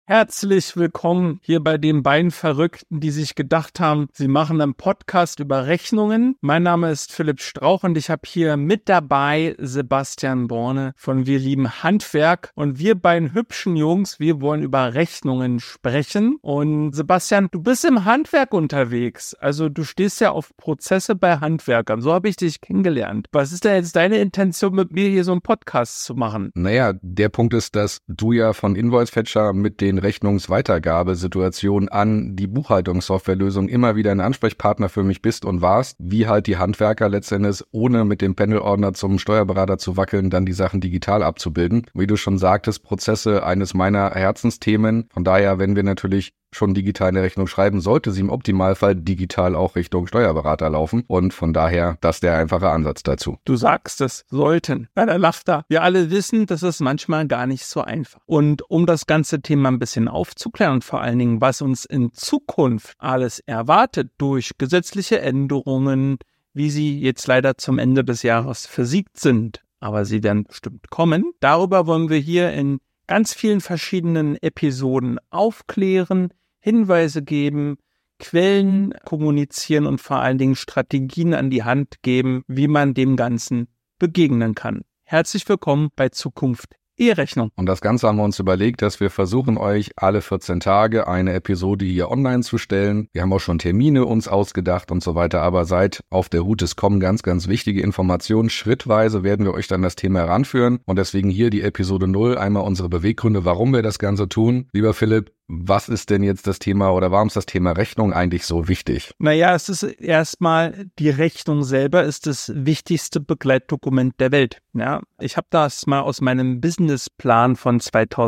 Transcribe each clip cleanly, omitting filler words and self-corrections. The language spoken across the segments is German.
Herzlich willkommen hier bei den beiden Verrückten, die sich gedacht haben, sie machen einen Podcast über Rechnungen. Mein Name ist Philipp Strauch und ich habe hier mit dabei Sebastian Borne von Wir lieben Handwerk. Und wir beiden hübschen Jungs, wir wollen über Rechnungen sprechen. Und Sebastian, du bist im Handwerk unterwegs. Also du stehst ja auf Prozesse bei Handwerkern. So habe ich dich kennengelernt. Was ist denn jetzt deine Intention, mit mir hier so einen Podcast zu machen? Naja, der Punkt ist, dass du ja von Invoice-Fetcher mit den Rechnungsweitergabesituationen an die Buchhaltungssoftwarelösung immer wieder ein Ansprechpartner für mich bist und warst, wie halt die Handwerker letztendlich ohne mit dem Panelordner zum Steuerberater zu wackeln, dann die Sachen digital abzubilden. Wie du schon sagtest, Prozesse eines meiner Herzensthemen. Von daher, wenn wir natürlich schon digital eine Rechnung schreiben, sollte sie im Optimalfall digital auch Richtung Steuerberater laufen. Und von daher, das ist der einfache Ansatz dazu. Du sagst es, sollten. Bei der lacht er. Wir alle wissen, das ist manchmal gar nicht so einfach. Und um das ganze Thema ein bisschen aufzuklären und vor allen Dingen, was uns in Zukunft alles erwartet durch gesetzliche Änderungen, wie sie jetzt leider zum Ende des Jahres versiegt sind, aber sie werden bestimmt kommen. Darüber wollen wir hier in ganz vielen verschiedenen Episoden aufklären, Hinweise geben, Quellen kommunizieren und vor allen Dingen Strategien an die Hand geben, wie man dem Ganzen begegnen kann. Herzlich willkommen bei Zukunft E-Rechnung. Und das Ganze haben wir uns überlegt, dass wir versuchen, euch alle 14 Tage eine Episode hier online zu stellen. Wir haben auch schon Termine uns ausgedacht und so weiter, aber seid auf der Hut, es kommen ganz, ganz wichtige Informationen. Schrittweise werden wir euch dann das Thema heranführen und deswegen hier die Episode 0, einmal unsere Beweggründe, warum wir das Ganze tun. Lieber Philipp, was ist denn jetzt das Thema oder warum ist das Thema Rechnung eigentlich so wichtig? Naja, es ist erstmal, die Rechnung selber ist das wichtigste Begleitdokument der Welt. Ja, ich habe das mal aus meinem Businessplan von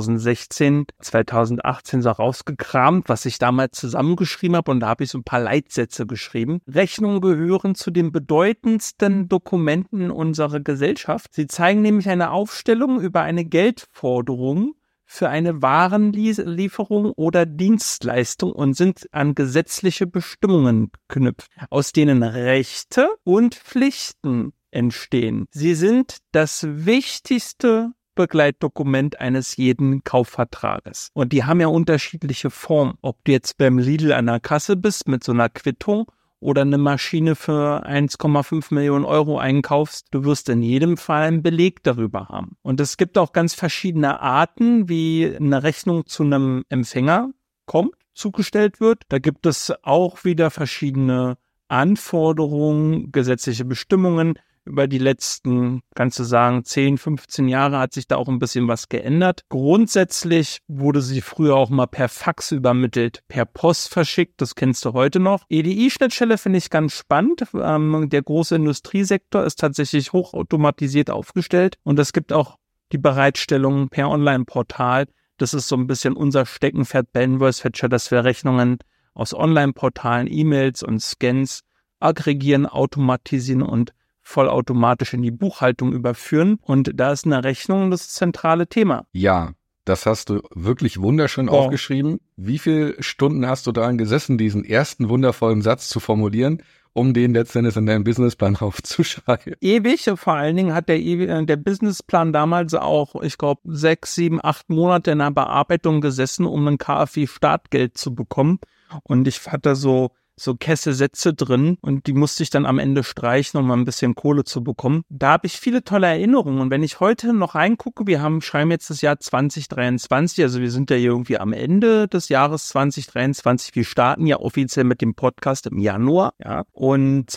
2016, 2018 so rausgekramt, was ich damals zusammengeschrieben habe, und da habe ich so ein paar Leitsätze geschrieben. Rechnungen gehören zu den bedeutendsten Dokumenten unserer Gesellschaft. Sie zeigen nämlich eine Aufstellung über eine Geldforderung für eine Warenlieferung oder Dienstleistung und sind an gesetzliche Bestimmungen geknüpft, aus denen Rechte und Pflichten entstehen. Sie sind das wichtigste Begleitdokument eines jeden Kaufvertrages. Und die haben ja unterschiedliche Formen. Ob du jetzt beim Lidl an der Kasse bist mit so einer Quittung oder eine Maschine für 1,5 Millionen Euro einkaufst, du wirst in jedem Fall einen Beleg darüber haben. Und es gibt auch ganz verschiedene Arten, wie eine Rechnung zu einem Empfänger kommt, zugestellt wird. Da gibt es auch wieder verschiedene Anforderungen, gesetzliche Bestimmungen. Über die letzten, kannst du sagen, 10, 15 Jahre hat sich da auch ein bisschen was geändert. Grundsätzlich wurde sie früher auch mal per Fax übermittelt, per Post verschickt, das kennst du heute noch. EDI-Schnittstelle finde ich ganz spannend. Der große Industriesektor ist tatsächlich hochautomatisiert aufgestellt und es gibt auch die Bereitstellung per Online-Portal. Das ist so ein bisschen unser Steckenpferd bei Invoice-Fetcher, dass wir Rechnungen aus Online-Portalen, E-Mails und Scans aggregieren, automatisieren und vollautomatisch in die Buchhaltung überführen. Und da ist eine Rechnung das zentrale Thema. Ja, das hast du wirklich wunderschön aufgeschrieben. Wie viele Stunden hast du daran gesessen, diesen ersten wundervollen Satz zu formulieren, um den letztendlich in deinem Businessplan aufzuschreiben? Ewig. Vor allen Dingen hat der Businessplan damals auch, ich glaube, 6, 7, 8 Monate in der Bearbeitung gesessen, um ein KfW-Startgeld zu bekommen. Und ich hatte so Sätze drin und die musste ich dann am Ende streichen, um mal ein bisschen Kohle zu bekommen. Da habe ich viele tolle Erinnerungen und wenn ich heute noch reingucke, schreiben jetzt das Jahr 2023, also wir sind ja hier irgendwie am Ende des Jahres 2023, wir starten ja offiziell mit dem Podcast im Januar, ja, und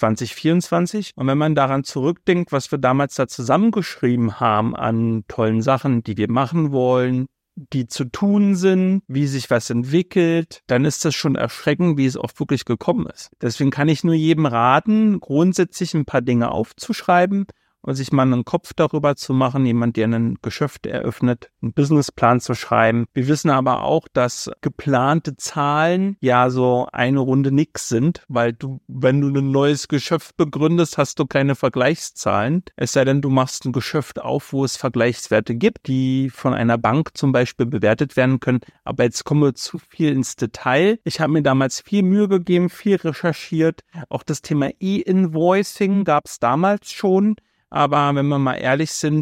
2024 und wenn man daran zurückdenkt, was wir damals da zusammengeschrieben haben an tollen Sachen, die wir machen wollen, die zu tun sind, wie sich was entwickelt, dann ist das schon erschreckend, wie es auch wirklich gekommen ist. Deswegen kann ich nur jedem raten, grundsätzlich ein paar Dinge aufzuschreiben und sich mal einen Kopf darüber zu machen, jemand, der ein Geschäft eröffnet, einen Businessplan zu schreiben. Wir wissen aber auch, dass geplante Zahlen ja so eine Runde nix sind, weil wenn du ein neues Geschäft begründest, hast du keine Vergleichszahlen. Es sei denn, du machst ein Geschäft auf, wo es Vergleichswerte gibt, die von einer Bank zum Beispiel bewertet werden können. Aber jetzt kommen wir zu viel ins Detail. Ich habe mir damals viel Mühe gegeben, viel recherchiert. Auch das Thema E-Invoicing gab es damals schon. Aber wenn wir mal ehrlich sind,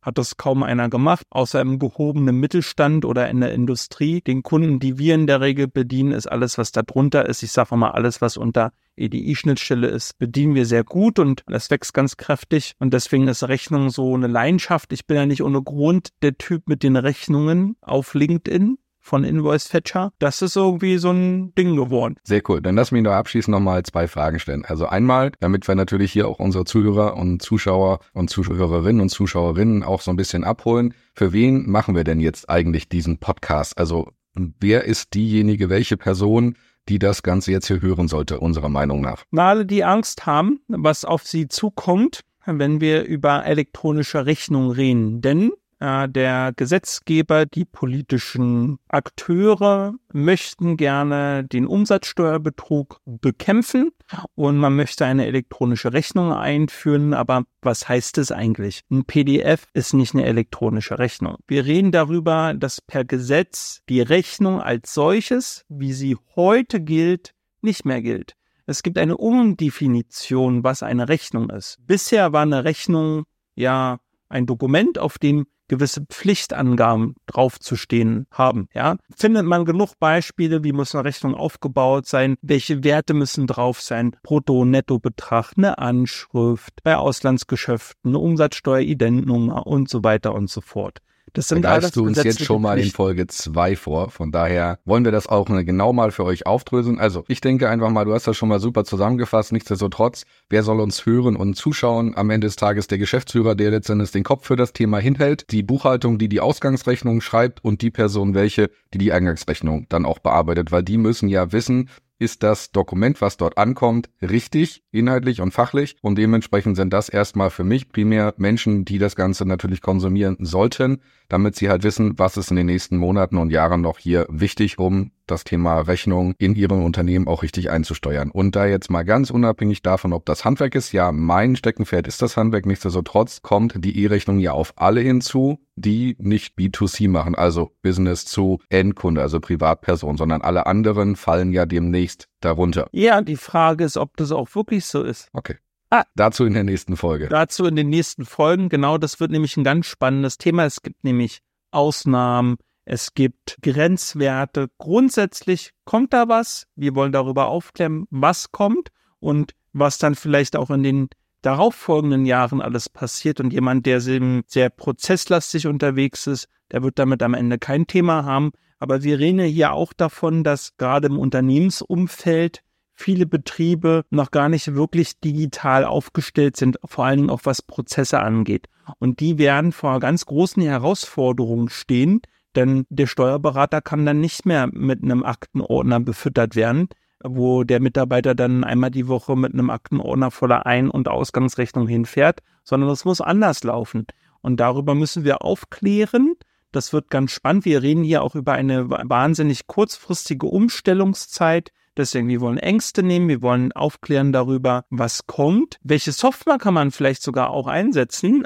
hat das kaum einer gemacht, außer im gehobenen Mittelstand oder in der Industrie. Den Kunden, die wir in der Regel bedienen, ist alles, was da drunter ist. Ich sage mal, alles, was unter EDI-Schnittstelle ist, bedienen wir sehr gut und es wächst ganz kräftig. Und deswegen ist Rechnung so eine Leidenschaft. Ich bin ja nicht ohne Grund der Typ mit den Rechnungen auf LinkedIn von InvoiceFetcher. Das ist irgendwie so ein Ding geworden. Sehr cool. Dann lass mich noch abschließend nochmal 2 Fragen stellen. Also einmal, damit wir natürlich hier auch unsere Zuhörer und Zuschauer und Zuhörerinnen und Zuschauerinnen auch so ein bisschen abholen. Für wen machen wir denn jetzt eigentlich diesen Podcast? Also wer ist diejenige, welche Person, die das Ganze jetzt hier hören sollte, unserer Meinung nach? Na, alle, die Angst haben, was auf sie zukommt, wenn wir über elektronische Rechnungen reden. Denn der Gesetzgeber, die politischen Akteure möchten gerne den Umsatzsteuerbetrug bekämpfen und man möchte eine elektronische Rechnung einführen. Aber was heißt es eigentlich? Ein PDF ist nicht eine elektronische Rechnung. Wir reden darüber, dass per Gesetz die Rechnung als solches, wie sie heute gilt, nicht mehr gilt. Es gibt eine Umdefinition, was eine Rechnung ist. Bisher war eine Rechnung ja ein Dokument, auf dem gewisse Pflichtangaben draufzustehen haben. Ja, findet man genug Beispiele, wie muss eine Rechnung aufgebaut sein, welche Werte müssen drauf sein, Brutto- und Nettobetrag, eine Anschrift, bei Auslandsgeschäften, eine Umsatzsteuer-Identnummer und so weiter und so fort. Das sind alles du uns jetzt schon mal in Folge 2 vor. Von daher wollen wir das auch genau mal für euch aufdröseln. Also ich denke einfach mal, du hast das schon mal super zusammengefasst. Nichtsdestotrotz, wer soll uns hören und zuschauen? Am Ende des Tages der Geschäftsführer, der letztendlich den Kopf für das Thema hinhält, die Buchhaltung, die die Ausgangsrechnung schreibt und die Person, welche die Eingangsrechnung dann auch bearbeitet. Weil die müssen ja wissen, ist das Dokument, was dort ankommt, richtig, inhaltlich und fachlich, und dementsprechend sind das erstmal für mich primär Menschen, die das Ganze natürlich konsumieren sollten, damit sie halt wissen, was ist in den nächsten Monaten und Jahren noch hier wichtig, um das Thema Rechnung in ihrem Unternehmen auch richtig einzusteuern. Und da jetzt mal ganz unabhängig davon, ob das Handwerk ist, ja, mein Steckenpferd ist das Handwerk, nichtsdestotrotz kommt die E-Rechnung ja auf alle hinzu, die nicht B2C machen, also Business zu Endkunde, also Privatperson, sondern alle anderen fallen ja demnächst darunter. Ja, die Frage ist, ob das auch wirklich so ist. Okay. Dazu in der nächsten Folge. Dazu in den nächsten Folgen, genau, das wird nämlich ein ganz spannendes Thema. Es gibt nämlich Ausnahmen, es gibt Grenzwerte. Grundsätzlich kommt da was. Wir wollen darüber aufklären, was kommt und was dann vielleicht auch in den darauffolgenden Jahren alles passiert. Und jemand, der sehr prozesslastig unterwegs ist, der wird damit am Ende kein Thema haben. Aber wir reden hier auch davon, dass gerade im Unternehmensumfeld viele Betriebe noch gar nicht wirklich digital aufgestellt sind, vor allen Dingen auch was Prozesse angeht. Und die werden vor ganz großen Herausforderungen stehen, denn der Steuerberater kann dann nicht mehr mit einem Aktenordner befüttert werden, wo der Mitarbeiter dann einmal die Woche mit einem Aktenordner voller Ein- und Ausgangsrechnung hinfährt, sondern das muss anders laufen. Und darüber müssen wir aufklären. Das wird ganz spannend. Wir reden hier auch über eine wahnsinnig kurzfristige Umstellungszeit. Deswegen, wir wollen Ängste nehmen, wir wollen aufklären darüber, was kommt. Welche Software kann man vielleicht sogar auch einsetzen,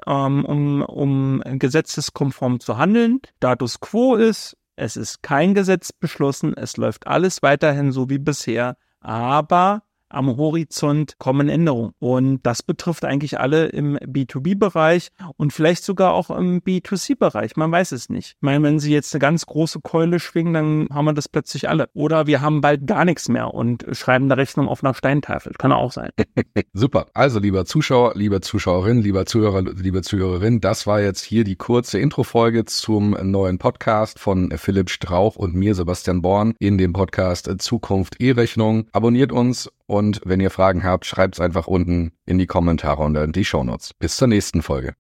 um gesetzeskonform zu handeln. Status quo ist, es ist kein Gesetz beschlossen, es läuft alles weiterhin so wie bisher, aber am Horizont kommen Änderungen. Und das betrifft eigentlich alle im B2B-Bereich und vielleicht sogar auch im B2C-Bereich. Man weiß es nicht. Ich meine, wenn Sie jetzt eine ganz große Keule schwingen, dann haben wir das plötzlich alle. Oder wir haben bald gar nichts mehr und schreiben eine Rechnung auf einer Steintafel. Kann auch sein. Super. Also, lieber Zuschauer, liebe Zuschauerin, lieber Zuhörer, liebe Zuhörerin, das war jetzt hier die kurze Introfolge zum neuen Podcast von Philipp Strauch und mir, Sebastian Born, in dem Podcast Zukunft E-Rechnung. Abonniert uns. Und wenn ihr Fragen habt, schreibt es einfach unten in die Kommentare und in die Shownotes. Bis zur nächsten Folge.